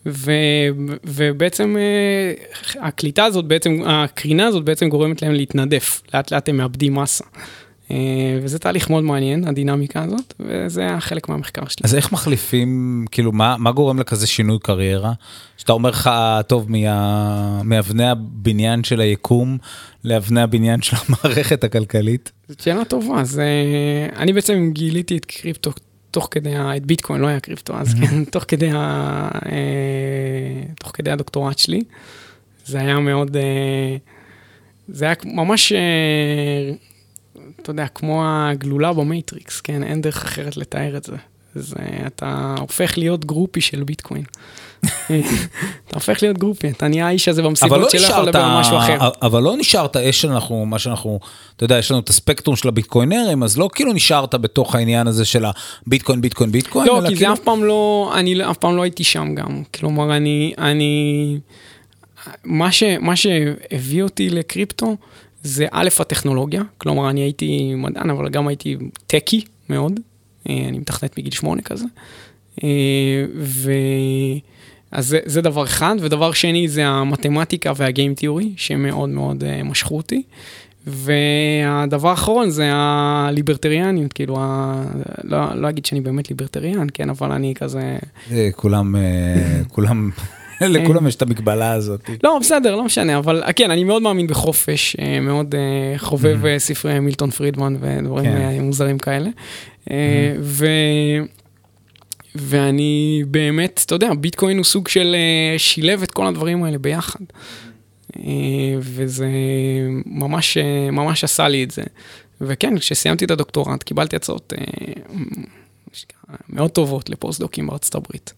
ובעצם הקליטה הזאת, הקרינה הזאת בעצם גורמת להם להתנדף. לאט לאט הם מאבדים מסה. וזה תהליך מאוד מעניין, הדינמיקה הזאת, וזה חלק מהמחקר שלי. אז איך מחליפים, כאילו, מה גורם לכזה שינוי קריירה? שאתה אומר לך, טוב, מאבני הבניין של היקום, לאבני הבניין של המערכת הכלכלית? זאת שאלה טובה, אז אני בעצם גיליתי את קריפטו, תוך כדי, את ביטקוין, לא היה קריפטו, אז כן, תוך כדי הדוקטורט שלי. זה היה מאוד, זה היה ממש, אתה יודע, כמו הגלולה במייטריקס, כן, אין דרך אחרת לתאר את זה. אתה הופך להיות גרופי של ביטקוין. אתה הופך להיות גרופי, אתה נהיה האיש הזה במסיבות שלא יכול לדבר על משהו אחר. אבל לא נשארת, יש לנו, מה שאנחנו, אתה יודע, יש לנו את הספקטרום של הביטקוינרים, אז לא כאילו נשארת בתוך העניין הזה של הביטקוין, ביטקוין, ביטקוין. לא, כי זה אף פעם לא, אני אף פעם לא הייתי שם גם. כלומר, מה שהביא אותי לקריפטו, זה א' הטכנולוגיה, כלומר, אני הייתי מדען, אבל גם הייתי טקי מאוד, אני מתכנת מגיל 8 כזה, אז זה דבר אחד, ודבר שני זה המתמטיקה והגיים תיאורי, שמאוד מאוד משכו אותי, והדבר האחרון זה הליברטריאניות, כאילו, לא אגיד שאני באמת ליברטריאן, כן, אבל אני כזה... כולם... לכולם יש את המגבלה הזאת. לא, בסדר, לא משנה, אבל כן, אני מאוד מאמין בחופש, מאוד חובב ספרי מילטון פרידמן ודברים מוזרים כאלה. ואני באמת, אתה יודע, ביטקוין הוא סוג של שילב את כל הדברים האלה ביחד. וזה ממש עשה לי את זה. וכן, כשסיימתי את הדוקטורט, קיבלתי הצעות מאוד טובות לפוסט-דוקים בארצות הברית.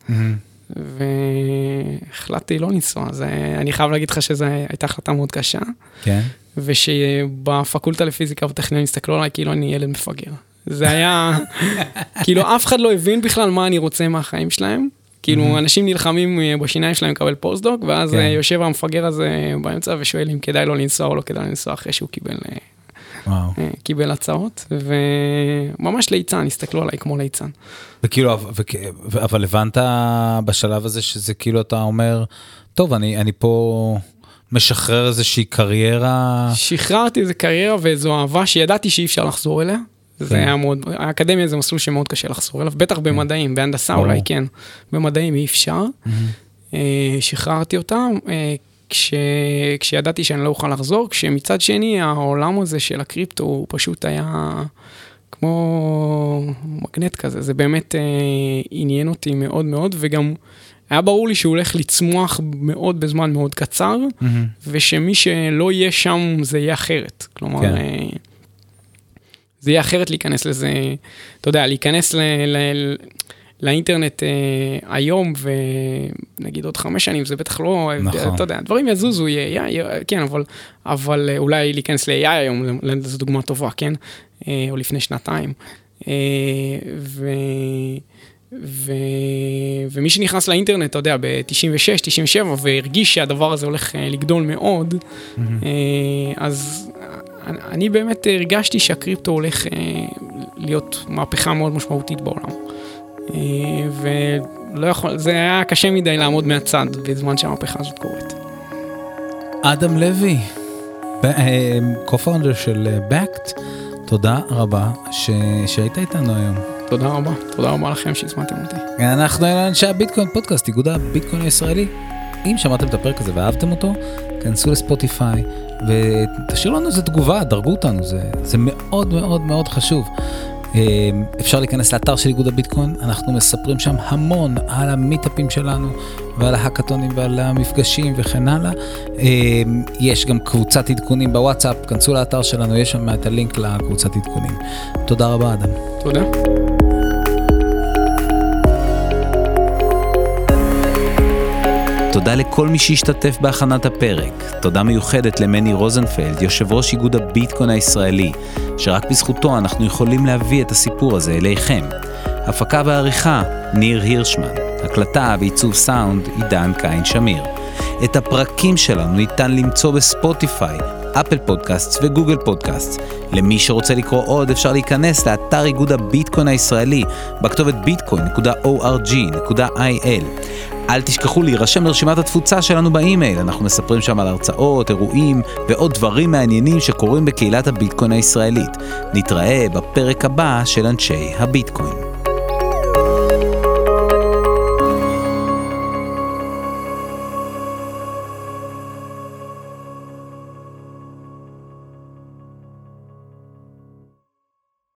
והחלטתי לא לנסוע, אז אני חייב להגיד לך שזו הייתה החלטה מאוד קשה. כן. ושבפקולטה לפיזיקה בטכניון הסתכלו עליי כאילו אני ילד מפגר. זה היה, כאילו אף אחד לא הבין בכלל מה אני רוצה מהחיים שלהם. כאילו אנשים נלחמים בשיניים שלהם לקבל פוסט-דוק, ואז יושב המפגר הזה באמצע ושואל אם כדאי לו לנסוע או לא כדאי לנסוע אחרי שהוא קיבל הצעות, וממש ליצן, הסתכלו עליי כמו ליצן. וכאילו, אבל הבנת בשלב הזה שזה כאילו אתה אומר, טוב, אני פה משחרר איזושהי קריירה. שחררתי איזו קריירה ואיזו אהבה שידעתי שאי אפשר לחזור אליה. זה היה מאוד, האקדמיה זה מסלול שמאוד קשה לחזור אליו, בטח במדעים, בהנדסה אולי כן, במדעים אי אפשר. שחררתי אותה, כשידעתי שאני לא אוכל לחזור, כשמצד שני העולם הזה של הקריפטו הוא פשוט היה כמו מגנט כזה, זה באמת עניין אותי מאוד מאוד, וגם היה ברור לי שהוא הולך לצמוח מאוד בזמן מאוד קצר, ושמי שלא יהיה שם זה יהיה אחרת, כלומר, זה יהיה אחרת להיכנס לזה, אתה יודע, להיכנס לאינטרנט היום, ונגיד עוד 5 שנים, זה בטח לא, אתה יודע, דברים יזוזו, כן, אבל אולי להיכנס ל-AI היום, זו דוגמה טובה, כן? או לפני 2 ומי שנכנס לאינטרנט, אתה יודע, ב-96, 97, והרגיש שהדבר הזה הולך לגדול מאוד, אז אני באמת הרגשתי שהקריפטו הולך להיות מהפכה מאוד משמעותית בעולם. ולא יכול, זה היה קשה מדי לעמוד מהצד בזמן שהמהפכה הזאת קורית. אדם לוי, co-founder של Bakkt, תודה רבה שהיית איתנו היום. תודה רבה לכם שהזמנתם אותי. אנחנו היינו אנשי הביטקוין פודקאסט, איגוד הביטקוין הישראלי. אם שמעתם את הפרק הזה ואהבתם אותו, כנסו לספוטיפיי ותשאירו לנו איזו תגובה, דרגו אותנו, זה מאוד מאוד מאוד חשוב. אפשר להיכנס לאתר של איגוד הביטקוין, אנחנו מספרים שם המון על המיטאפים שלנו ועל ההקטונים ועל המפגשים וכן הלאה. יש גם קבוצת עדכונים בוואטסאפ, כנסו לאתר שלנו, יש שם את הלינק לקבוצת עדכונים. תודה רבה אדם. תודה. תודה לכל מי שהשתתף בהכנת הפרק. תודה מיוחדת למני רוזנפלד, יושב ראש איגוד הביטקוין הישראלי, שרק בזכותו אנחנו יכולים להביא את הסיפור הזה אליכם. הפקה ועריכה, ניר הירשמן. הקלטה ועיצוב סאונד, עידן קין שמיר. את הפרקים שלנו ניתן למצוא בספוטיפיי, אפל פודקאסט וגוגל פודקאסט. למי שרוצה לקרוא עוד, אפשר להיכנס לאתר איגוד הביטקוין הישראלי, בכתובת bitcoin.org.il. אל תשכחו להירשם לרשימת התפוצה שלנו באימייל, אנחנו מספרים שם על הרצאות, אירועים ועוד דברים מעניינים שקורים בקהילת הביטקוין הישראלית. נתראה בפרק הבא של אנשי הביטקוין.